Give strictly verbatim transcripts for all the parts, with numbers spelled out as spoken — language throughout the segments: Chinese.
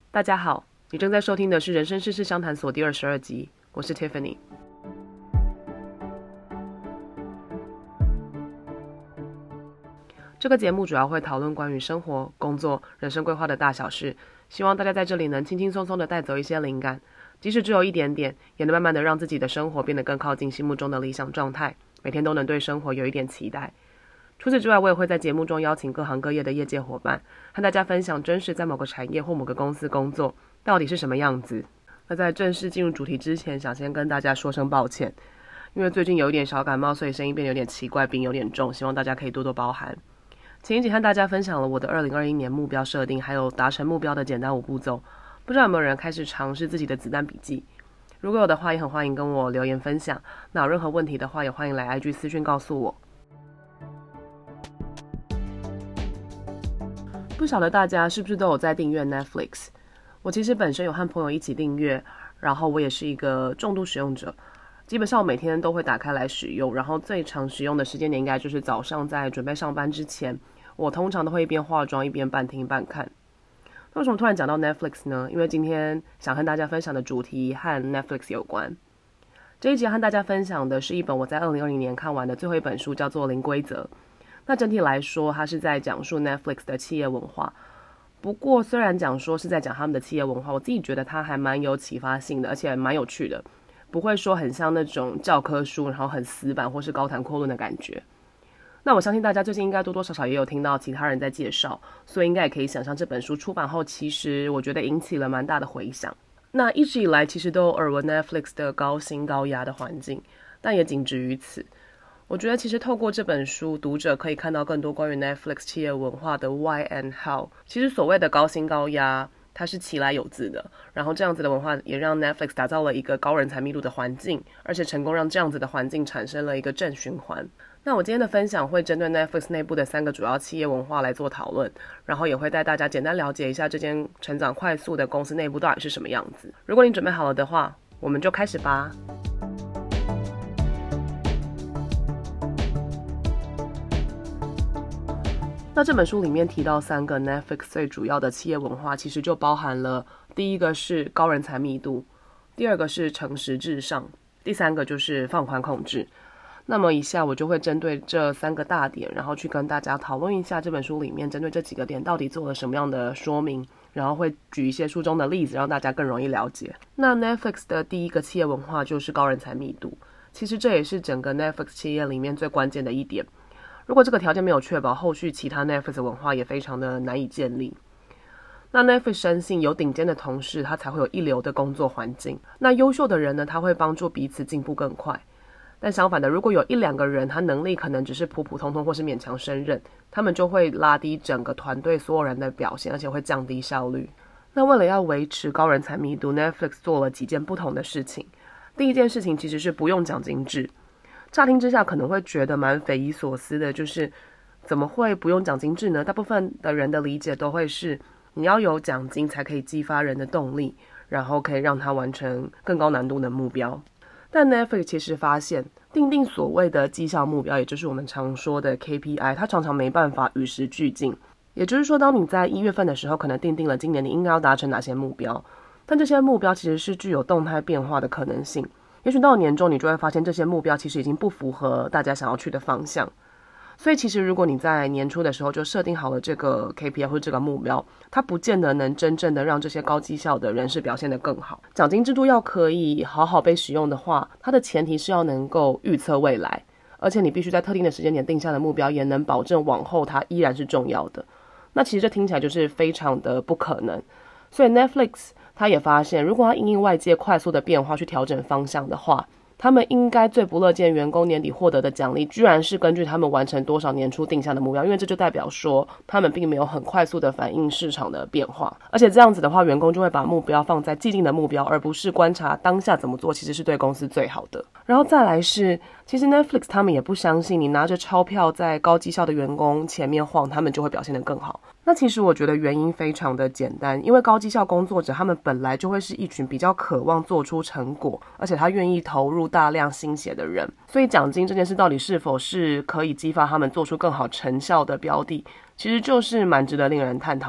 大家好，你正在收听的是人生世事相谈所第二十二集，我是 Tiffany。这个节目主要会讨论关于生活、工作、人生规划的大小事，希望大家在这里能轻轻松松的带走一些灵感，即使只有一点点，也能慢慢的让自己的生活变得更靠近心目中的理想状态，每天都能对生活有一点期待。除此之外，我也会在节目中邀请各行各业的业界伙伴，和大家分享真实在某个产业或某个公司工作到底是什么样子。那在正式进入主题之前，想先跟大家说声抱歉，因为最近有一点小感冒，所以声音变得有点奇怪，病有点重，希望大家可以多多包涵。前一集和大家分享了我的二零二一年目标设定，还有达成目标的简单五步骤，不知道有没有人开始尝试自己的子弹笔记？如果有的话，也很欢迎跟我留言分享。那有任何问题的话，也欢迎来 I G 私讯告诉我。不晓得大家是不是都有在订阅 Netflix？ 我其实本身有和朋友一起订阅，然后我也是一个重度使用者，基本上我每天都会打开来使用，然后最常使用的时间点应该就是早上在准备上班之前，我通常都会一边化妆一边半听半看。那为什么突然讲到 Netflix 呢？因为今天想和大家分享的主题和 Netflix 有关。这一集和大家分享的是一本我在二零二零年看完的最后一本书，叫做《零规则》。那整体来说，它是在讲述 Netflix 的企业文化。不过，虽然讲说是在讲他们的企业文化，我自己觉得它还蛮有启发性的，而且蛮有趣的，不会说很像那种教科书，然后很死板或是高谈阔论的感觉。那我相信大家最近应该多多少少也有听到其他人在介绍，所以应该也可以想象这本书出版后，其实我觉得引起了蛮大的回响。那一直以来其实都有耳闻 Netflix 的高薪高压的环境，但也仅止于此。我觉得其实透过这本书，读者可以看到更多关于 Netflix 企业文化的 Why and How。其实所谓的高薪高压，它是其来有自的，然后这样子的文化也让 Netflix 打造了一个高人才密度的环境，而且成功让这样子的环境产生了一个正循环。那我今天的分享会针对 Netflix 内部的三个主要企业文化来做讨论，然后也会带大家简单了解一下这间成长快速的公司内部到底是什么样子。如果你准备好了的话，我们就开始吧。那这本书里面提到三个 Netflix 最主要的企业文化，其实就包含了第一个是高人才密度，第二个是诚实至上，第三个就是放宽控制。那么以下我就会针对这三个大点，然后去跟大家讨论一下这本书里面针对这几个点到底做了什么样的说明，然后会举一些书中的例子，让大家更容易了解。那 Netflix 的第一个企业文化就是高人才密度，其实这也是整个 Netflix 企业里面最关键的一点。如果这个条件没有确保，后续其他 Netflix 的文化也非常的难以建立。那 Netflix 深信有顶尖的同事，他才会有一流的工作环境。那优秀的人呢，他会帮助彼此进步更快。但相反的，如果有一两个人，他能力可能只是普普通通或是勉强胜任，他们就会拉低整个团队所有人的表现，而且会降低效率。那为了要维持高人才密度， Netflix 做了几件不同的事情。第一件事情其实是不用奖金制。乍听之下可能会觉得蛮匪夷所思的，就是怎么会不用奖金制呢？大部分的人的理解都会是你要有奖金才可以激发人的动力，然后可以让他完成更高难度的目标。但 Netflix 其实发现订定所谓的绩效目标，也就是我们常说的 K P I， 它常常没办法与时俱进。也就是说，当你在一月份的时候可能订定了今年你应该要达成哪些目标，但这些目标其实是具有动态变化的可能性。也许到年终你就会发现这些目标其实已经不符合大家想要去的方向。所以其实如果你在年初的时候就设定好了这个 K P I 或者这个目标，它不见得能真正的让这些高绩效的人士表现得更好。奖金制度要可以好好被使用的话，它的前提是要能够预测未来，而且你必须在特定的时间点定下的目标也能保证往后它依然是重要的。那其实这听起来就是非常的不可能。所以 Netflix他也发现，如果要因应外界快速的变化去调整方向的话，他们应该最不乐见员工年底获得的奖励居然是根据他们完成多少年初定下的目标，因为这就代表说他们并没有很快速的反映市场的变化。而且这样子的话，员工就会把目标放在既定的目标，而不是观察当下怎么做其实是对公司最好的。然后再来是，其实 Netflix 他们也不相信你拿着钞票在高绩效的员工前面晃，他们就会表现得更好。那其实我觉得原因非常的简单，因为高绩效工作者他们本来就会是一群比较渴望做出成果，而且他愿意投入大量心血的人，所以奖金这件事到底是否是可以激发他们做出更好成效的标的，其实就是蛮值得令人探讨的。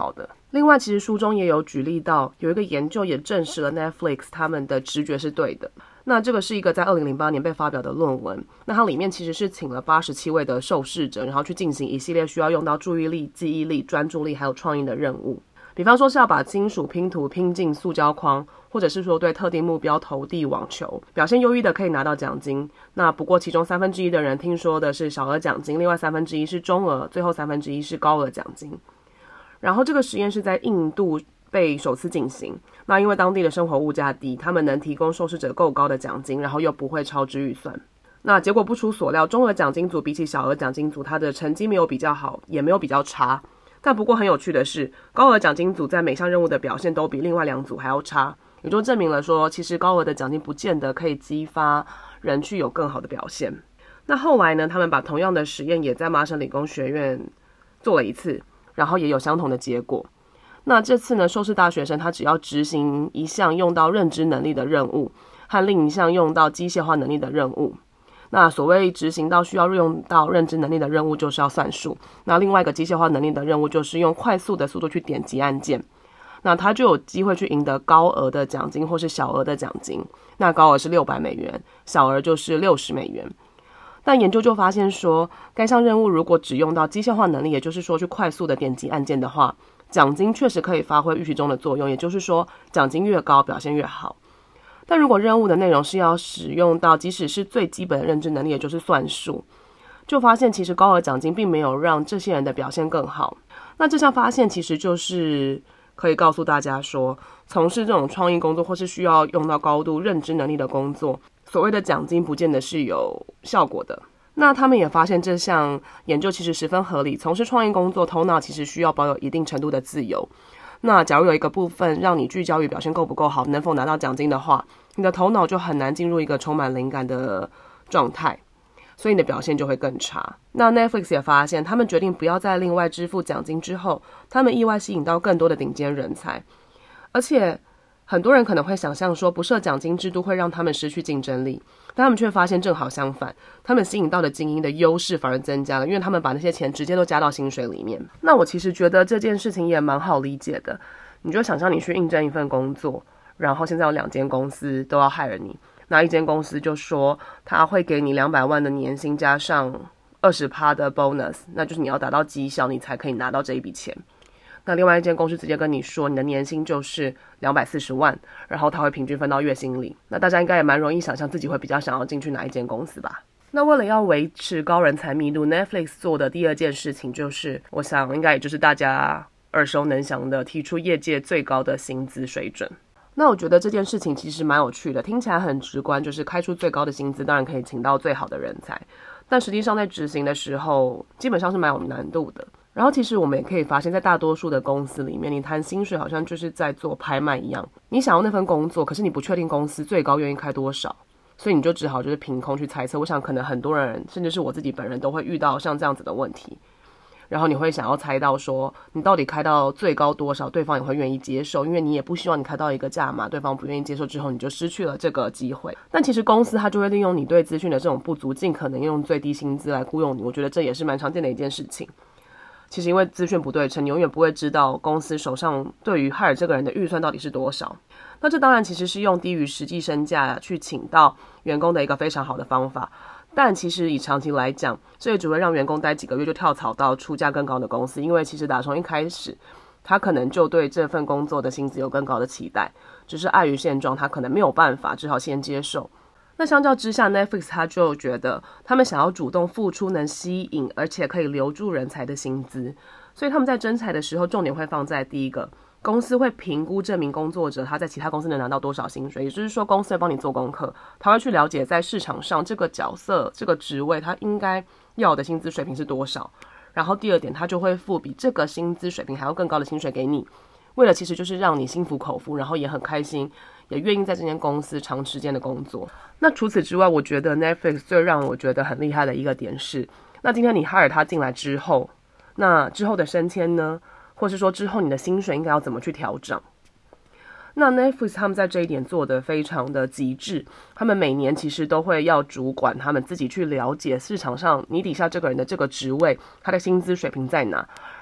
另外，其实书中也有举例到，有一个研究也证实了 Netflix 他们的直觉是对的。那这个是一个在二零零八年被发表的论文，那它里面其实是请了八十七位的受试者，然后去进行一系列需要用到注意力、记忆力、专注力还有创意的任务。比方说是要把金属拼图拼进塑胶框，或者是说对特定目标投递网球，表现优异的可以拿到奖金。那不过其中三分之一的人听说的是小额奖金，另外三分之一是中额，最后三分之一是高额奖金。然后这个实验是在印度被首次进行，那因为当地的生活物价低，他们能提供受试者够高的奖金，然后又不会超支预算。那结果不出所料，中额奖金组比起小额奖金组，他的成绩没有比较好，也没有比较差。但不过很有趣的是，高额奖金组在每项任务的表现都比另外两组还要差，也就证明了说，其实高额的奖金不见得可以激发人去有更好的表现。那后来呢，他们把同样的实验也在麻省理工学院做了一次，然后也有相同的结果。那这次呢，受试大学生他只要执行一项用到认知能力的任务，和另一项用到机械化能力的任务。那所谓执行到需要用到认知能力的任务，就是要算数。那另外一个机械化能力的任务，就是用快速的速度去点击按键。那他就有机会去赢得高额的奖金或是小额的奖金。那高额是六百美元，小额就是六十美元。但研究就发现说，该项任务如果只用到机械化能力，也就是说去快速的点击按键的话，奖金确实可以发挥预期中的作用，也就是说奖金越高表现越好。但如果任务的内容是要使用到即使是最基本的认知能力，也就是算术，就发现其实高额奖金并没有让这些人的表现更好。那这项发现其实就是可以告诉大家说，从事这种创意工作或是需要用到高度认知能力的工作，所谓的奖金不见得是有效果的。那他们也发现这项研究其实十分合理，从事创意工作，头脑其实需要保有一定程度的自由。那假如有一个部分让你聚焦于表现够不够好，能否拿到奖金的话，你的头脑就很难进入一个充满灵感的状态，所以你的表现就会更差。那 Netflix 也发现，他们决定不要再另外支付奖金之后，他们意外吸引到更多的顶尖人才。而且很多人可能会想象说，不设奖金制度会让他们失去竞争力，但他们却发现正好相反，他们吸引到的精英的优势反而增加了，因为他们把那些钱直接都加到薪水里面。那我其实觉得这件事情也蛮好理解的，你就想象你去应征一份工作，然后现在有两间公司都要 hire 你，那一间公司就说他会给你两百万的年薪加上 百分之二十 的 bonus， 那就是你要达到绩效你才可以拿到这一笔钱。那另外一间公司直接跟你说你的年薪就是两百四十万，然后他会平均分到月薪里。那大家应该也蛮容易想象自己会比较想要进去哪一间公司吧。那为了要维持高人才密度， Netflix 做的第二件事情就是，我想应该也就是大家耳熟能详的，提出业界最高的薪资水准。那我觉得这件事情其实蛮有趣的，听起来很直观，就是开出最高的薪资当然可以请到最好的人才，但实际上在执行的时候基本上是蛮有难度的。然后其实我们也可以发现，在大多数的公司里面，你谈薪水好像就是在做拍卖一样，你想要那份工作，可是你不确定公司最高愿意开多少，所以你就只好就是凭空去猜测。我想可能很多人甚至是我自己本人都会遇到像这样子的问题，然后你会想要猜到说你到底开到最高多少对方也会愿意接受，因为你也不希望你开到一个价码对方不愿意接受之后你就失去了这个机会。但其实公司它就会利用你对资讯的这种不足，尽可能用最低薪资来雇佣你，我觉得这也是蛮常见的一件事情。其实因为资讯不对称，你永远不会知道公司手上对于海尔这个人的预算到底是多少。那这当然其实是用低于实际身价去请到员工的一个非常好的方法，但其实以长期来讲，这也只会让员工待几个月就跳槽到出价更高的公司，因为其实打从一开始他可能就对这份工作的薪资有更高的期待，只是碍于现状他可能没有办法，只好先接受。那相较之下 Netflix 他就觉得他们想要主动付出能吸引而且可以留住人才的薪资，所以他们在征才的时候重点会放在第一个，公司会评估这名工作者他在其他公司能拿到多少薪水，也就是说公司会帮你做功课，他会去了解在市场上这个角色这个职位他应该要的薪资水平是多少，然后第二点他就会付比这个薪资水平还要更高的薪水给你，为了其实就是让你心服口服，然后也很开心，也愿意在这间公司长时间的工作。那除此之外，我觉得 Netflix 最让我觉得很厉害的一个点是，那今天你 hire 他进来之后，那之后的升迁呢，或是说之后你的薪水应该要怎么去调整。那 Netflix 他们在这一点做得非常的极致，他们每年其实都会要主管他们自己去了解市场上你底下这个人的这个职位他的薪资水平在哪，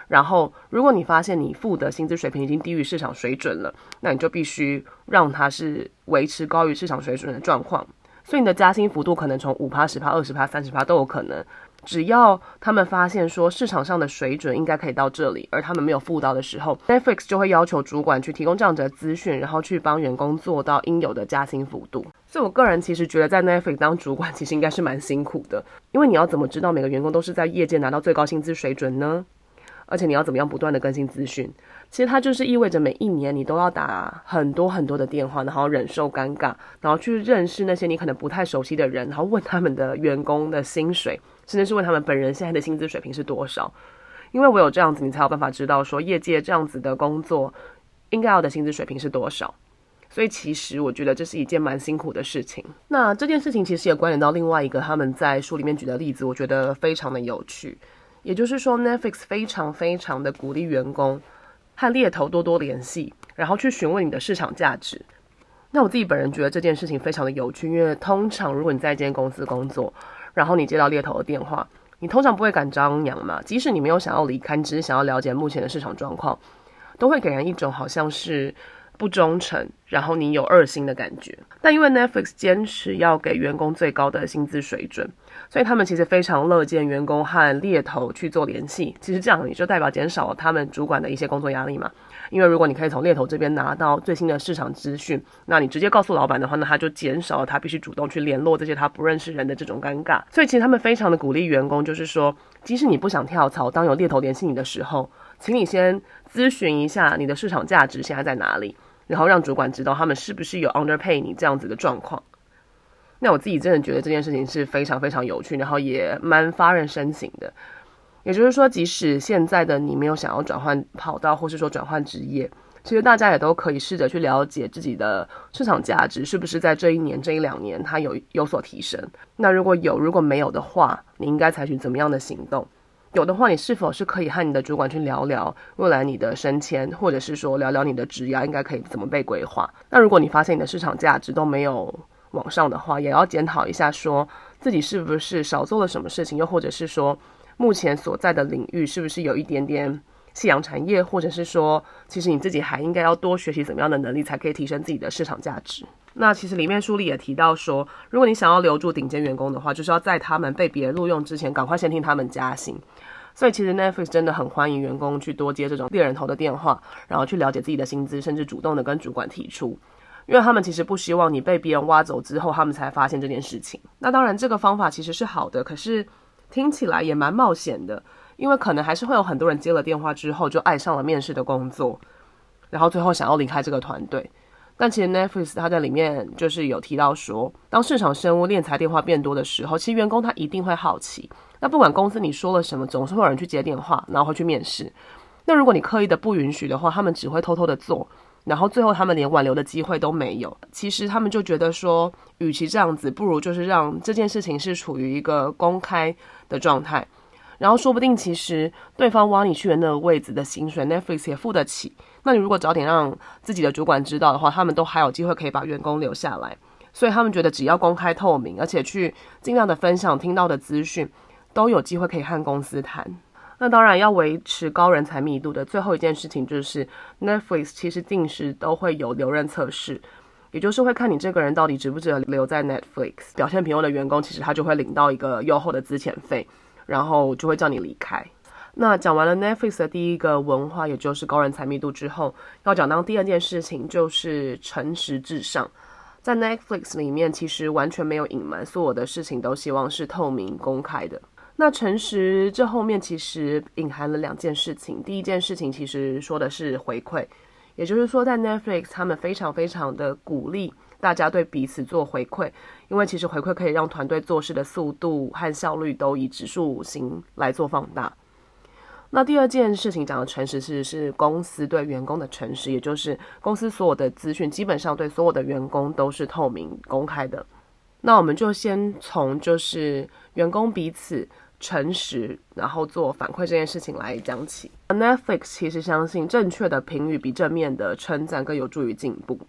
然后如果你发现你付的薪资水平已经低于市场水准了，那你就必须让它是维持高于市场水准的状况。所以你的加薪幅度可能从 百分之五、十%、百分之二十%、三十%都有可能。只要他们发现说市场上的水准应该可以到这里，而他们没有付到的时候， Netflix 就会要求主管去提供这样子的资讯，然后去帮员工做到应有的加薪幅度。所以我个人其实觉得在 Netflix 当主管其实应该是蛮辛苦的，因为你要怎么知道每个员工都是在业界拿到最高薪资水准呢？而且你要怎么样不断的更新资讯？其实它就是意味着每一年你都要打很多很多的电话，然后忍受尴尬，然后去认识那些你可能不太熟悉的人，然后问他们的员工的薪水，甚至是问他们本人现在的薪资水平是多少。因为我有这样子，你才有办法知道说业界这样子的工作应该要的薪资水平是多少。所以其实我觉得这是一件蛮辛苦的事情。那这件事情其实也关联到另外一个他们在书里面举的例子，我觉得非常的有趣。也就是说 Netflix 非常非常的鼓励员工和猎头多多联系，然后去询问你的市场价值。那我自己本人觉得这件事情非常的有趣，因为通常如果你在一间公司工作，然后你接到猎头的电话，你通常不会敢张扬嘛，即使你没有想要离开，你只是想要了解目前的市场状况，都会给人一种好像是不忠诚，然后你有二心的感觉。但因为 Netflix 坚持要给员工最高的薪资水准，所以他们其实非常乐见员工和猎头去做联系。其实这样也就代表减少了他们主管的一些工作压力嘛。因为如果你可以从猎头这边拿到最新的市场资讯，那你直接告诉老板的话，那他就减少了他必须主动去联络这些他不认识人的这种尴尬。所以其实他们非常的鼓励员工，就是说即使你不想跳槽，当有猎头联系你的时候，请你先咨询一下你的市场价值现在在哪里，然后让主管知道他们是不是有 underpay 你这样子的状况。那我自己真的觉得这件事情是非常非常有趣，然后也蛮发人深省的。也就是说，即使现在的你没有想要转换跑道，或是说转换职业，其实大家也都可以试着去了解自己的市场价值是不是在这一年、这一两年它有有所提升。那如果有，如果没有的话，你应该采取怎么样的行动？有的话，你是否是可以和你的主管去聊聊未来你的升迁，或者是说聊聊你的职业应该可以怎么被规划？那如果你发现你的市场价值都没有往上的话，也要检讨一下，说自己是不是少做了什么事情，又或者是说目前所在的领域是不是有一点点夕阳产业，或者是说其实你自己还应该要多学习怎么样的能力才可以提升自己的市场价值。那其实里面书里也提到说，如果你想要留住顶尖员工的话，就是要在他们被别人录用之前赶快先听他们加薪。所以其实 Netflix 真的很欢迎员工去多接这种猎人头的电话，然后去了解自己的薪资，甚至主动的跟主管提出，因为他们其实不希望你被别人挖走之后他们才发现这件事情。那当然这个方法其实是好的，可是听起来也蛮冒险的，因为可能还是会有很多人接了电话之后就爱上了面试的工作，然后最后想要离开这个团队。但其实 Netflix 他在里面就是有提到说，当市场生物敛财电话变多的时候，其实员工他一定会好奇，那不管公司你说了什么，总是会有人去接电话，然后会去面试。那如果你刻意的不允许的话，他们只会偷偷的做，然后最后他们连挽留的机会都没有。其实他们就觉得说，与其这样子，不如就是让这件事情是处于一个公开的状态，然后说不定其实对方挖你去的那个位置的薪水 Netflix 也付得起，那你如果早点让自己的主管知道的话，他们都还有机会可以把员工留下来。所以他们觉得只要公开透明，而且去尽量的分享听到的资讯，都有机会可以和公司谈。那当然要维持高人才密度的最后一件事情就是 Netflix 其实定时都会有留任测试，也就是会看你这个人到底值不值得留在 Netflix。 表现平庸的员工其实他就会领到一个优厚的资遣费，然后就会叫你离开。那讲完了 Netflix 的第一个文化，也就是高人才密度之后，要讲到第二件事情就是诚实至上。在 Netflix 里面其实完全没有隐瞒，所有的事情都希望是透明公开的。那诚实这后面其实隐含了两件事情。第一件事情其实说的是回馈，也就是说在 Netflix 他们非常非常的鼓励大家对彼此做回馈，因为其实回馈可以让团队做事的速度和效率都以指数型来做放大。那第二件事情讲的诚实是是公司对员工的诚实，也就是公司所有的资讯基本上对所有的员工都是透明公开的。那我们就先从就是员工彼此诚实然后做反馈这件事情来讲起。 Netflix 其实相信正确的评语比正面的称赞更有助于进步。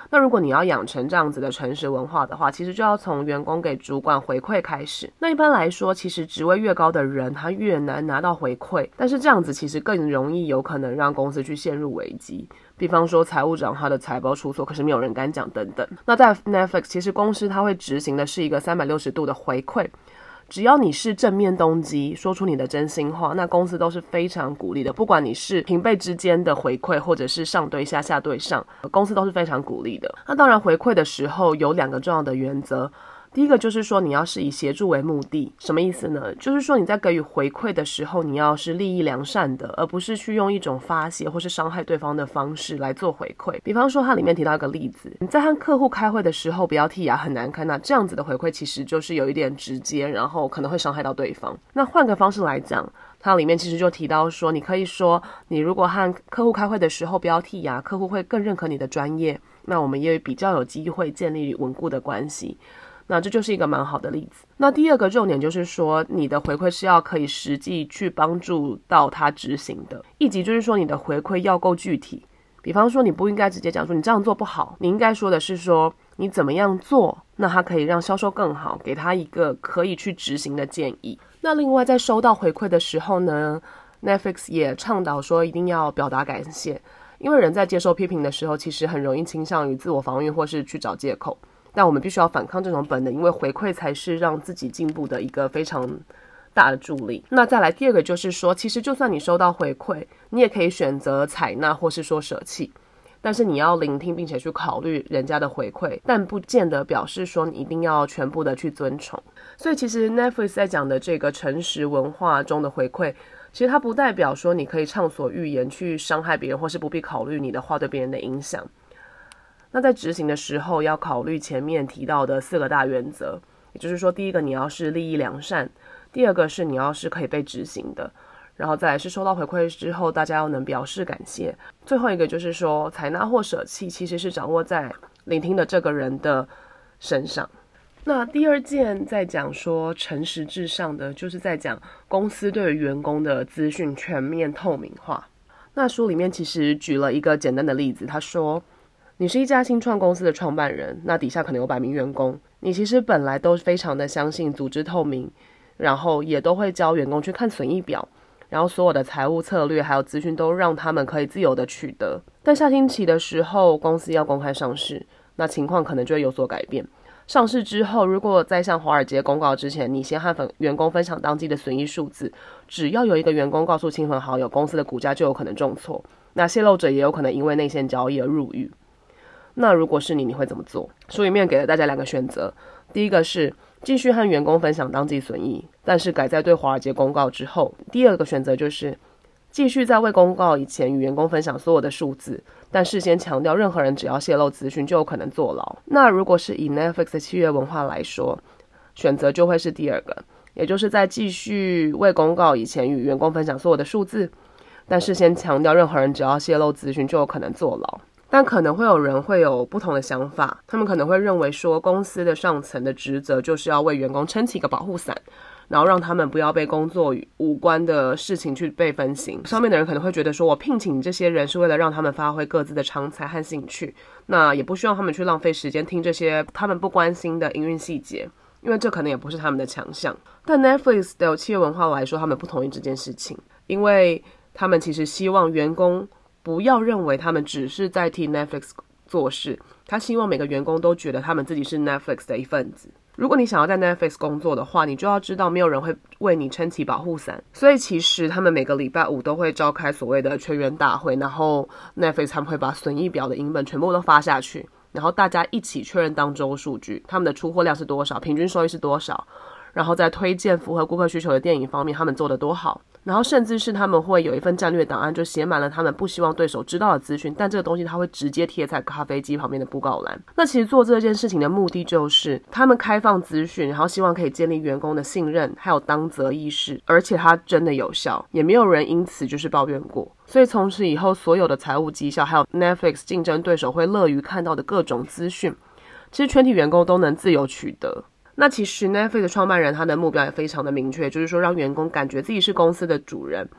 那如果你要养成这样子的诚实文化的话，其实就要从员工给主管回馈开始。那一般来说，其实职位越高的人，他越难拿到回馈，但是这样子其实更容易有可能让公司去陷入危机。比方说财务长他的财报出错，可是没有人敢讲等等。那在 Netflix， 其实公司它会执行的是一个三百六十度的回馈。只要你是正面动机，说出你的真心话，那公司都是非常鼓励的。不管你是平辈之间的回馈，或者是上对下下对上，公司都是非常鼓励的。那当然回馈的时候有两个重要的原则。第一个就是说你要是以协助为目的，什么意思呢？就是说你在给予回馈的时候，你要是利益良善的，而不是去用一种发泄或是伤害对方的方式来做回馈。比方说它里面提到一个例子，你在和客户开会的时候不要剔牙很难看，那这样子的回馈其实就是有一点直接，然后可能会伤害到对方。那换个方式来讲，它里面其实就提到说，你可以说你如果和客户开会的时候不要剔牙，客户会更认可你的专业，那我们也比较有机会建立稳固的关系。那这就是一个蛮好的例子。那第二个重点就是说，你的回馈是要可以实际去帮助到他执行的，以及就是说你的回馈要够具体。比方说你不应该直接讲说你这样做不好，你应该说的是说你怎么样做，那他可以让销售更好，给他一个可以去执行的建议。那另外在收到回馈的时候呢， Netflix 也倡导说一定要表达感谢，因为人在接受批评的时候其实很容易倾向于自我防御或是去找借口，但我们必须要反抗这种本能，因为回馈才是让自己进步的一个非常大的助力。那再来第二个就是说，其实就算你收到回馈，你也可以选择采纳或是说舍弃，但是你要聆听并且去考虑人家的回馈，但不见得表示说你一定要全部的去遵从。所以其实 Netflix 在讲的这个诚实文化中的回馈，其实它不代表说你可以畅所欲言去伤害别人，或是不必考虑你的话对别人的影响。那在执行的时候要考虑前面提到的四个大原则，也就是说，第一个你要是利益良善，第二个是你要是可以被执行的，然后再来是收到回馈之后大家要能表示感谢，最后一个就是说采纳或舍弃其实是掌握在聆听的这个人的身上。那第二件在讲说诚实至上的，就是在讲公司对于员工的资讯全面透明化。那书里面其实举了一个简单的例子，他说你是一家新创公司的创办人，那底下可能有百名员工，你其实本来都非常的相信组织透明，然后也都会教员工去看损益表，然后所有的财务策略还有资讯都让他们可以自由的取得。但下星期的时候公司要公开上市，那情况可能就会有所改变。上市之后，如果在向华尔街公告之前，你先和员工分享当季的损益数字，只要有一个员工告诉亲朋好友，公司的股价就有可能重挫，那泄露者也有可能因为内线交易而入狱。那如果是你，你会怎么做？书里面给了大家两个选择，第一个是继续和员工分享当季损益，但是改在对华尔街公告之后。第二个选择就是继续在未公告以前与员工分享所有的数字，但事先强调任何人只要泄露资讯就有可能坐牢。那如果是以 Netflix 的企业文化来说，选择就会是第二个，也就是在继续未公告以前与员工分享所有的数字，但事先强调任何人只要泄露资讯就有可能坐牢。但可能会有人会有不同的想法，他们可能会认为说公司的上层的职责就是要为员工撑起一个保护伞，然后让他们不要被工作与无关的事情去被分心。上面的人可能会觉得说，我聘请这些人是为了让他们发挥各自的长才和兴趣，那也不需要他们去浪费时间听这些他们不关心的营运细节，因为这可能也不是他们的强项。但 Netflix 的企业文化来说，他们不同意这件事情，因为他们其实希望员工不要认为他们只是在替 Netflix 做事，他希望每个员工都觉得他们自己是 Netflix 的一份子。如果你想要在 Netflix 工作的话，你就要知道没有人会为你撑起保护伞。所以其实他们每个礼拜五都会召开所谓的全员大会，然后 Netflix 他们会把损益表的影本全部都发下去，然后大家一起确认当周数据，他们的出货量是多少，平均收益是多少，然后在推荐符合顾客需求的电影方面他们做得多好，然后甚至是他们会有一份战略档案，就写满了他们不希望对手知道的资讯，但这个东西他会直接贴在咖啡机旁边的布告栏。那其实做这件事情的目的就是他们开放资讯，然后希望可以建立员工的信任还有当责意识，而且它真的有效，也没有人因此就是抱怨过。所以从此以后所有的财务绩效还有 Netflix 竞争对手会乐于看到的各种资讯，其实全体员工都能自由取得。那其实 Netflix 的创办人他的目标也非常的明确，就是说让员工感觉自己是公司的主人。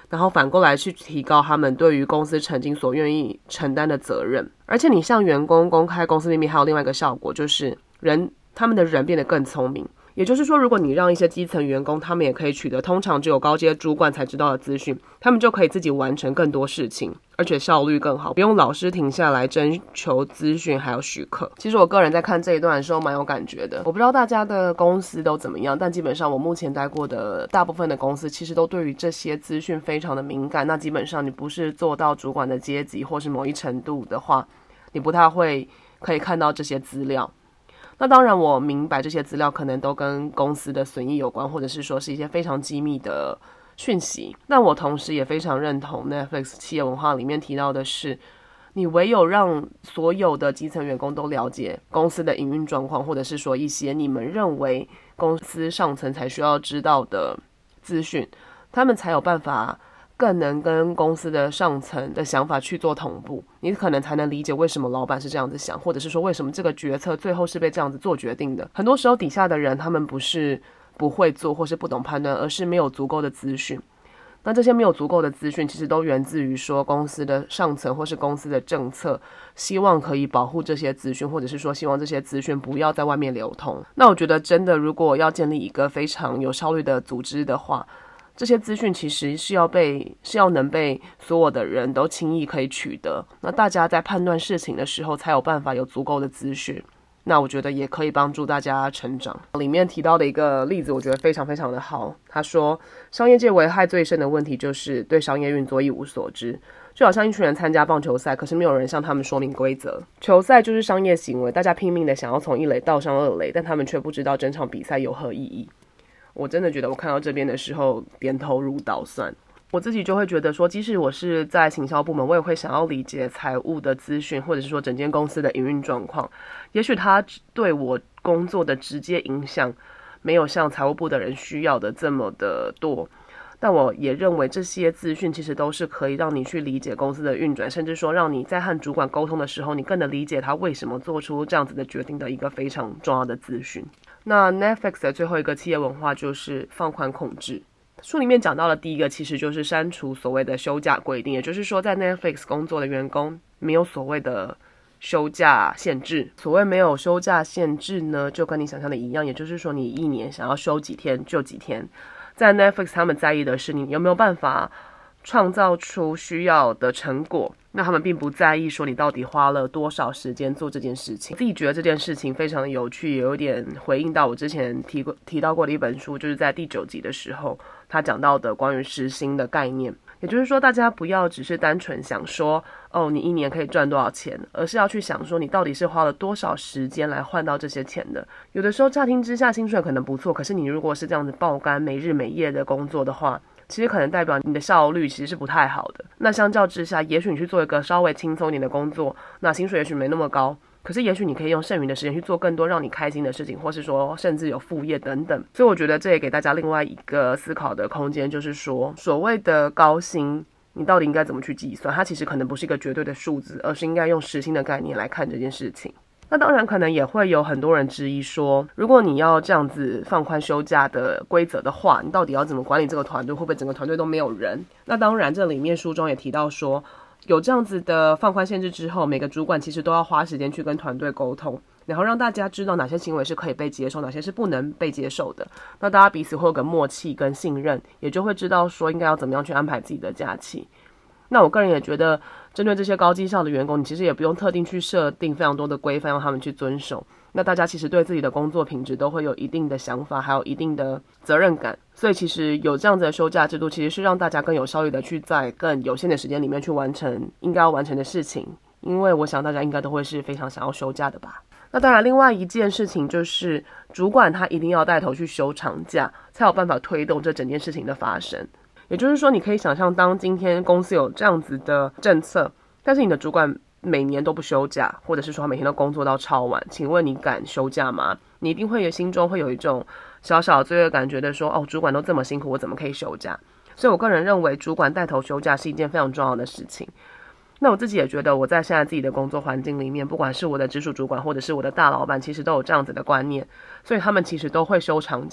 然后反过来去提高他们对于公司曾经所愿意承担的责任。而且你向员工公开公司秘密还有另外一个效果，就是人他们的人变得更聪明。也就是说，如果你让一些基层员工他们也可以取得通常只有高阶主管才知道的资讯，他们就可以自己完成更多事情，而且效率更好，不用老师停下来征求资讯还有许可。其实我个人在看这一段的时候蛮有感觉的，我不知道大家的公司都怎么样，但基本上我目前待过的大部分的公司其实都对于这些资讯非常的敏感。那基本上你不是做到主管的阶级或是某一程度的话，你不太会可以看到这些资料。那当然我明白这些资料可能都跟公司的损益有关，或者是说是一些非常机密的讯息。那我同时也非常认同 Netflix 企业文化里面提到的是，你唯有让所有的基层员工都了解公司的营运状况，或者是说一些你们认为公司上层才需要知道的资讯，他们才有办法更能跟公司的上层的想法去做同步，你可能才能理解为什么老板是这样子想，或者是说为什么这个决策最后是被这样子做决定的。很多时候底下的人他们不是不会做或是不懂判断，而是没有足够的资讯。那这些没有足够的资讯其实都源自于说公司的上层或是公司的政策希望可以保护这些资讯，或者是说希望这些资讯不要在外面流通。那我觉得真的如果要建立一个非常有效率的组织的话，这些资讯其实是要被是要能被所有的人都轻易可以取得，那大家在判断事情的时候才有办法有足够的资讯，那我觉得也可以帮助大家成长。里面提到的一个例子我觉得非常非常的好，他说商业界危害最深的问题就是对商业运作一无所知，就好像一群人参加棒球赛，可是没有人向他们说明规则。球赛就是商业行为，大家拼命的想要从一垒倒上二垒，但他们却不知道整场比赛有何意义。我真的觉得我看到这边的时候点头如捣蒜。我自己就会觉得说，即使我是在行销部门，我也会想要理解财务的资讯，或者是说整间公司的营运状况。也许它对我工作的直接影响没有像财务部的人需要的这么的多，但我也认为这些资讯其实都是可以让你去理解公司的运转，甚至说让你在和主管沟通的时候，你更能理解他为什么做出这样子的决定的一个非常重要的资讯。那 Netflix 的最后一个企业文化就是放宽控制。书里面讲到的第一个其实就是删除所谓的休假规定，也就是说在 Netflix 工作的员工没有所谓的休假限制。所谓没有休假限制呢，就跟你想象的一样，也就是说你一年想要休几天就几天。在 Netflix 他们在意的是你有没有办法创造出需要的成果，那他们并不在意说你到底花了多少时间做这件事情。自己觉得这件事情非常的有趣，也有点回应到我之前 提, 过提到过的一本书，就是在第九集的时候他讲到的关于时薪的概念。也就是说大家不要只是单纯想说哦你一年可以赚多少钱，而是要去想说你到底是花了多少时间来换到这些钱的。有的时候乍听之下薪水可能不错，可是你如果是这样子爆肝没日没夜的工作的话，其实可能代表你的效率其实是不太好的。那相较之下，也许你去做一个稍微轻松一点的工作，那薪水也许没那么高，可是也许你可以用剩余的时间去做更多让你开心的事情，或是说甚至有副业等等。所以我觉得这也给大家另外一个思考的空间，就是说所谓的高薪你到底应该怎么去计算，它其实可能不是一个绝对的数字，而是应该用时薪的概念来看这件事情。那当然可能也会有很多人质疑说，如果你要这样子放宽休假的规则的话，你到底要怎么管理这个团队，会不会整个团队都没有人。那当然这里面书中也提到说，有这样子的放宽限制之后，每个主管其实都要花时间去跟团队沟通，然后让大家知道哪些行为是可以被接受，哪些是不能被接受的。那大家彼此会有个默契跟信任，也就会知道说应该要怎么样去安排自己的假期。那我个人也觉得针对这些高绩效的员工，你其实也不用特定去设定非常多的规范让他们去遵守，那大家其实对自己的工作品质都会有一定的想法，还有一定的责任感。所以其实有这样子的休假制度，其实是让大家更有效率的去在更有限的时间里面去完成应该要完成的事情，因为我想大家应该都会是非常想要休假的吧。那当然另外一件事情就是主管他一定要带头去休长假，才有办法推动这整件事情的发生。也就是说你可以想象，当今天公司有这样子的政策，但是你的主管每年都不休假，或者是说他每天都工作到超晚，请问你敢休假吗？你一定会有心中会有一种小小的罪恶感，觉得说哦，主管都这么辛苦，我怎么可以休假？所以我个人认为主管带头休假是一件非常重要的事情。那我自己也觉得我在现在自己的工作环境里面，不管是我的直属主管或者是我的大老板，其实都有这样子的观念，所以他们其实都会休长假，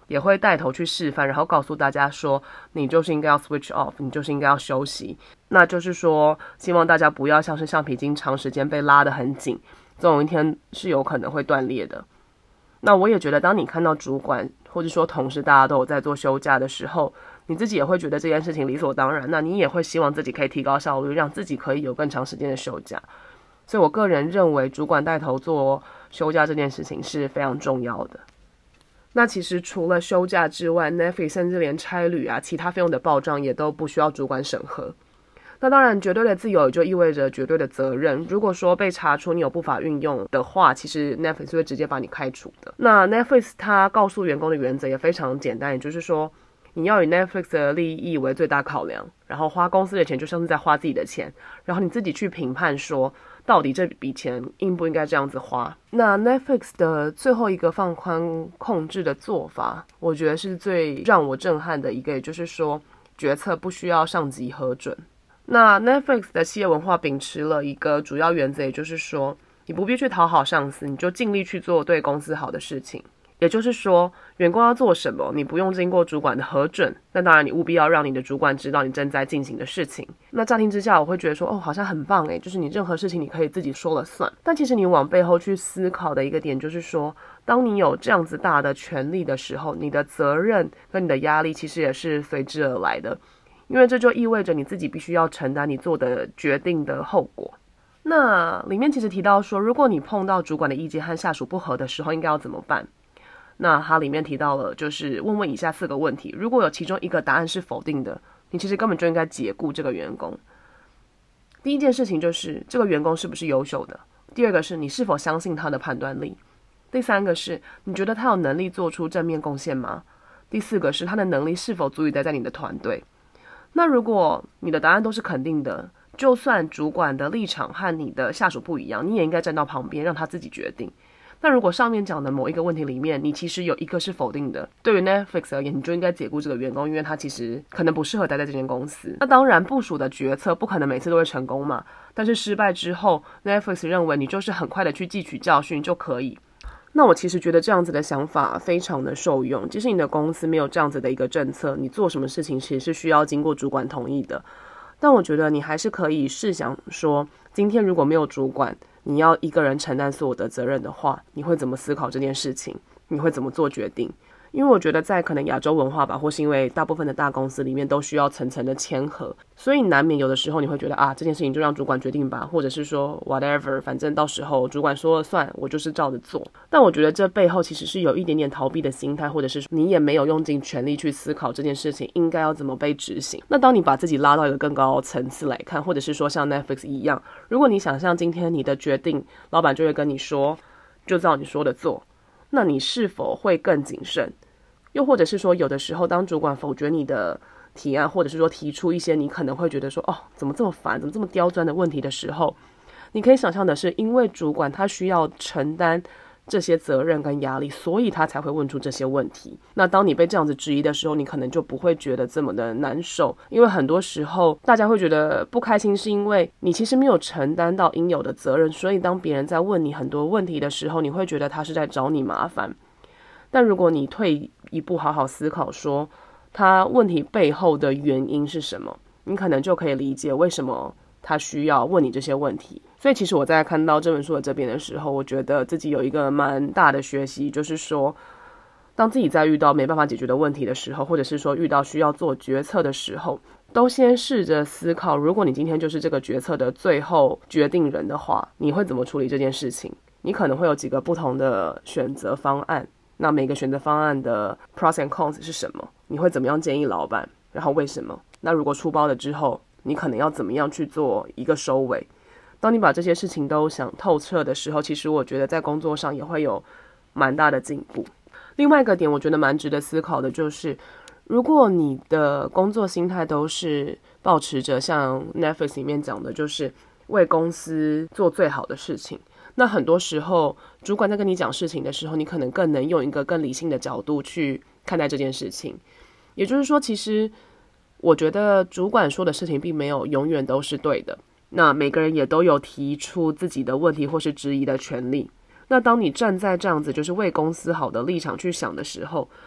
也会带头去示范，然后告诉大家说你就是应该要 switch off， 你就是应该要休息。那就是说希望大家不要像是橡皮筋长时间被拉得很紧，总有一天是有可能会断裂的。那我也觉得当你看到主管或者说同事大家都有在做休假的时候，你自己也会觉得这件事情理所当然，那你也会希望自己可以提高效率，让自己可以有更长时间的休假。所以我个人认为主管带头做休假这件事情是非常重要的。那其实除了休假之外， Netflix 甚至连差旅啊其他费用的报账也都不需要主管审核。那当然绝对的自由也就意味着绝对的责任，如果说被查出你有不法运用的话，其实 Netflix 会直接把你开除的。那 Netflix 它告诉员工的原则也非常简单，也就是说你要以 Netflix 的利益为最大考量，然后花公司的钱就像是在花自己的钱，然后你自己去评判说到底这笔钱应不应该这样子花。那 Netflix 的最后一个放宽控制的做法，我觉得是最让我震撼的一个，也就是说决策不需要上级核准。那 Netflix 的企业文化秉持了一个主要原则，也就是说你不必去讨好上司，你就尽力去做对公司好的事情。也就是说员工要做什么你不用经过主管的核准，但当然你务必要让你的主管知道你正在进行的事情。那乍听之下我会觉得说哦，好像很棒耶，就是你任何事情你可以自己说了算。但其实你往背后去思考的一个点就是说，当你有这样子大的权力的时候，你的责任跟你的压力其实也是随之而来的，因为这就意味着你自己必须要承担你做的决定的后果。那里面其实提到说，如果你碰到主管的意见和下属不合的时候应该要怎么办。那它里面提到了就是问问以下四个问题，如果有其中一个答案是否定的，你其实根本就应该解雇这个员工。第一件事情就是这个员工是不是优秀的，第二个是你是否相信他的判断力，第三个是你觉得他有能力做出正面贡献吗，第四个是他的能力是否足以待在你的团队。那如果你的答案都是肯定的，就算主管的立场和你的下属不一样，你也应该站到旁边让他自己决定。那如果上面讲的某一个问题里面你其实有一个是否定的，对于 Netflix 而言你就应该解雇这个员工，因为他其实可能不适合待在这间公司。那当然部署的决策不可能每次都会成功嘛，但是失败之后 Netflix 认为你就是很快的去汲取教训就可以。那我其实觉得这样子的想法非常的受用，即使你的公司没有这样子的一个政策，你做什么事情其实是需要经过主管同意的，但我觉得你还是可以试想说，今天如果没有主管，你要一个人承担所有的责任的话，你会怎么思考这件事情，你会怎么做决定。因为我觉得在可能亚洲文化吧，或是因为大部分的大公司里面都需要层层的签合，所以难免有的时候你会觉得啊，这件事情就让主管决定吧，或者是说 whatever， 反正到时候主管说了算，我就是照着做。但我觉得这背后其实是有一点点逃避的心态，或者是你也没有用尽全力去思考这件事情应该要怎么被执行。那当你把自己拉到一个更高的层次来看，或者是说像 Netflix 一样，如果你想象今天你的决定老板就会跟你说就照你说的做，那你是否会更谨慎？又或者是说有的时候当主管否决你的提案，或者是说提出一些你可能会觉得说哦怎么这么烦怎么这么刁钻的问题的时候，你可以想象的是因为主管他需要承担这些责任跟压力，所以他才会问出这些问题。那当你被这样子质疑的时候，你可能就不会觉得这么的难受，因为很多时候大家会觉得不开心是因为你其实没有承担到应有的责任，所以当别人在问你很多问题的时候，你会觉得他是在找你麻烦。但如果你退一步好好思考说他问题背后的原因是什么，你可能就可以理解为什么他需要问你这些问题。所以其实我在看到这本书的这边的时候，我觉得自己有一个蛮大的学习，就是说当自己在遇到没办法解决的问题的时候，或者是说遇到需要做决策的时候，都先试着思考，如果你今天就是这个决策的最后决定人的话，你会怎么处理这件事情。你可能会有几个不同的选择方案，那每个选择方案的 pros and cons 是什么，你会怎么样建议老板，然后为什么。那如果出包了之后你可能要怎么样去做一个收尾。当你把这些事情都想透彻的时候，其实我觉得在工作上也会有蛮大的进步。另外一个点我觉得蛮值得思考的就是，如果你的工作心态都是抱持着像 Netflix 里面讲的就是为公司做最好的事情，那很多时候主管在跟你讲事情的时候，你可能更能用一个更理性的角度去看待这件事情。也就是说其实我觉得主管说的事情并没有永远都是对的，那每个人也都有提出自己的问题或是质疑的权利。那当你站在这样子就是为公司好的立场去想的时候，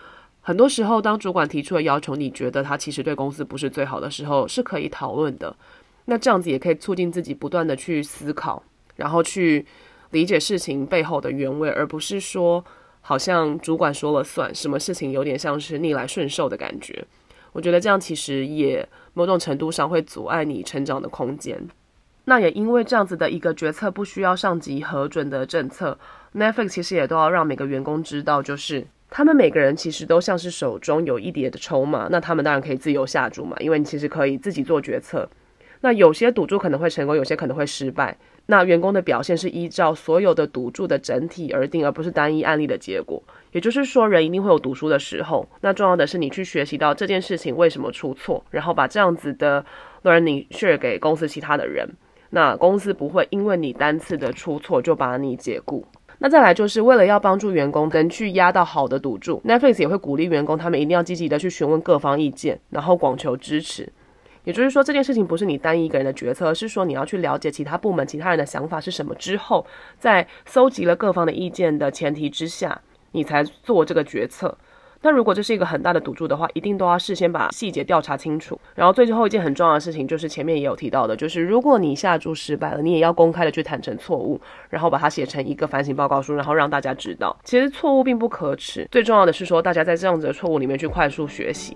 很多时候当主管提出的要求你觉得他其实对公司不是最好的时候，是可以讨论的。那这样子也可以促进自己不断的去思考，然后去理解事情背后的原委，而不是说好像主管说了算，什么事情有点像是逆来顺受的感觉。我觉得这样其实也某种程度上会阻碍你成长的空间。那也因为这样子的一个决策不需要上级核准的政策， Netflix 其实也都要让每个员工知道，就是他们每个人其实都像是手中有一叠的筹码，那他们当然可以自由下注嘛，因为你其实可以自己做决策。那有些赌注可能会成功，有些可能会失败。那员工的表现是依照所有的赌注的整体而定，而不是单一案例的结果。也就是说，人一定会有赌输的时候。那重要的是你去学习到这件事情为什么出错，然后把这样子的 learning share 给公司其他的人。那公司不会因为你单次的出错就把你解雇。那再来就是为了要帮助员工能去压到好的赌注， Netflix 也会鼓励员工他们一定要积极的去询问各方意见，然后广求支持。也就是说，这件事情不是你单一一个人的决策，而是说你要去了解其他部门其他人的想法是什么之后，在搜集了各方的意见的前提之下，你才做这个决策。那如果这是一个很大的赌注的话，一定都要事先把细节调查清楚。然后最后一件很重要的事情就是前面也有提到的，就是如果你下注失败了，你也要公开的去坦诚错误，然后把它写成一个反省报告书，然后让大家知道其实错误并不可耻，最重要的是说大家在这样子的错误里面去快速学习。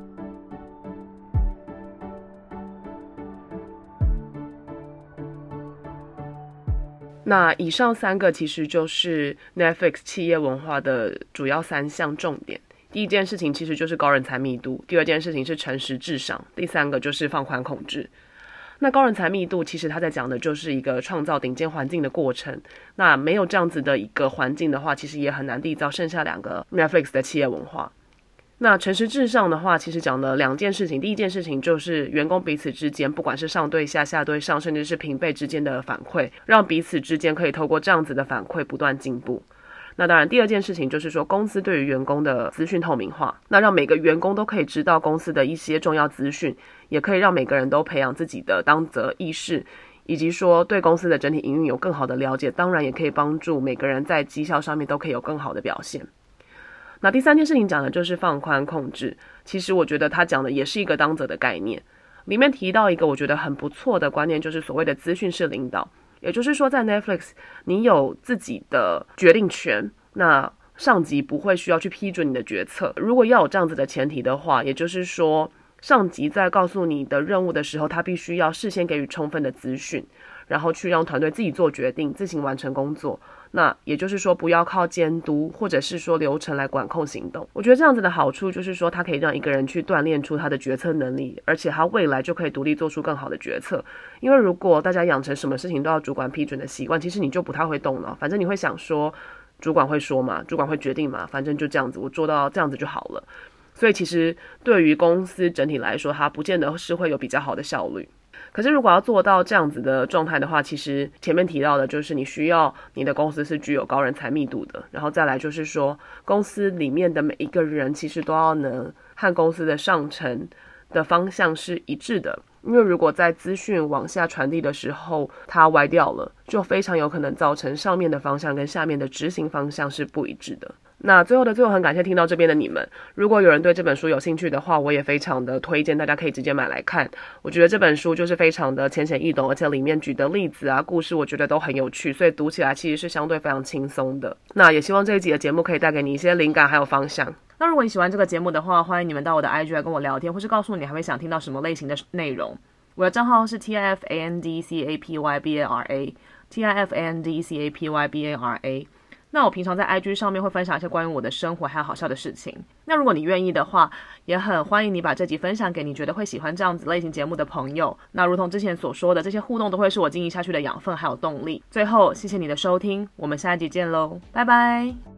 那以上三个其实就是 Netflix 企业文化的主要三项重点。第一件事情其实就是高人才密度，第二件事情是诚实至上，第三个就是放宽控制。那高人才密度其实他在讲的就是一个创造顶尖环境的过程。那没有这样子的一个环境的话，其实也很难缔造剩下两个 Netflix 的企业文化。那诚实至上的话，其实讲了两件事情。第一件事情就是员工彼此之间，不管是上对下、下对上，甚至是平辈之间的反馈，让彼此之间可以透过这样子的反馈不断进步。那当然第二件事情就是说公司对于员工的资讯透明化，那让每个员工都可以知道公司的一些重要资讯，也可以让每个人都培养自己的当责意识，以及说对公司的整体营运有更好的了解，当然也可以帮助每个人在绩效上面都可以有更好的表现。那第三件事情讲的就是放宽控制，其实我觉得他讲的也是一个当责的概念，里面提到一个我觉得很不错的观念，就是所谓的资讯式领导。也就是说在 Netflix 你有自己的决定权，那上级不会需要去批准你的决策。如果要有这样子的前提的话，也就是说上级在告诉你的任务的时候，他必须要事先给予充分的资讯，然后去让团队自己做决定，自行完成工作。那也就是说不要靠监督或者是说流程来管控行动。我觉得这样子的好处就是说它可以让一个人去锻炼出他的决策能力，而且他未来就可以独立做出更好的决策。因为如果大家养成什么事情都要主管批准的习惯，其实你就不太会动脑，反正你会想说主管会说嘛，主管会决定嘛，反正就这样子，我做到这样子就好了。所以其实对于公司整体来说，它不见得是会有比较好的效率。可是如果要做到这样子的状态的话，其实前面提到的就是你需要你的公司是具有高人才密度的，然后再来就是说公司里面的每一个人其实都要能和公司的上层的方向是一致的。因为如果在资讯往下传递的时候它歪掉了，就非常有可能造成上面的方向跟下面的执行方向是不一致的。那最后的最后，很感谢听到这边的你们。如果有人对这本书有兴趣的话，我也非常的推荐大家可以直接买来看。我觉得这本书就是非常的浅显易懂，而且里面举的例子啊故事我觉得都很有趣，所以读起来其实是相对非常轻松的。那也希望这一集的节目可以带给你一些灵感还有方向。那如果你喜欢这个节目的话，欢迎你们到我的 I G 来跟我聊天，或是告诉我你还会想听到什么类型的内容。我的账号是 T I F A N D C A P Y B A R A T I F A N D C A P Y B A R A。那我平常在 I G 上面会分享一些关于我的生活还有好笑的事情。那如果你愿意的话，也很欢迎你把这集分享给你觉得会喜欢这样子类型节目的朋友。那如同之前所说的，这些互动都会是我经营下去的养分还有动力。最后，谢谢你的收听，我们下一集见喽，拜拜。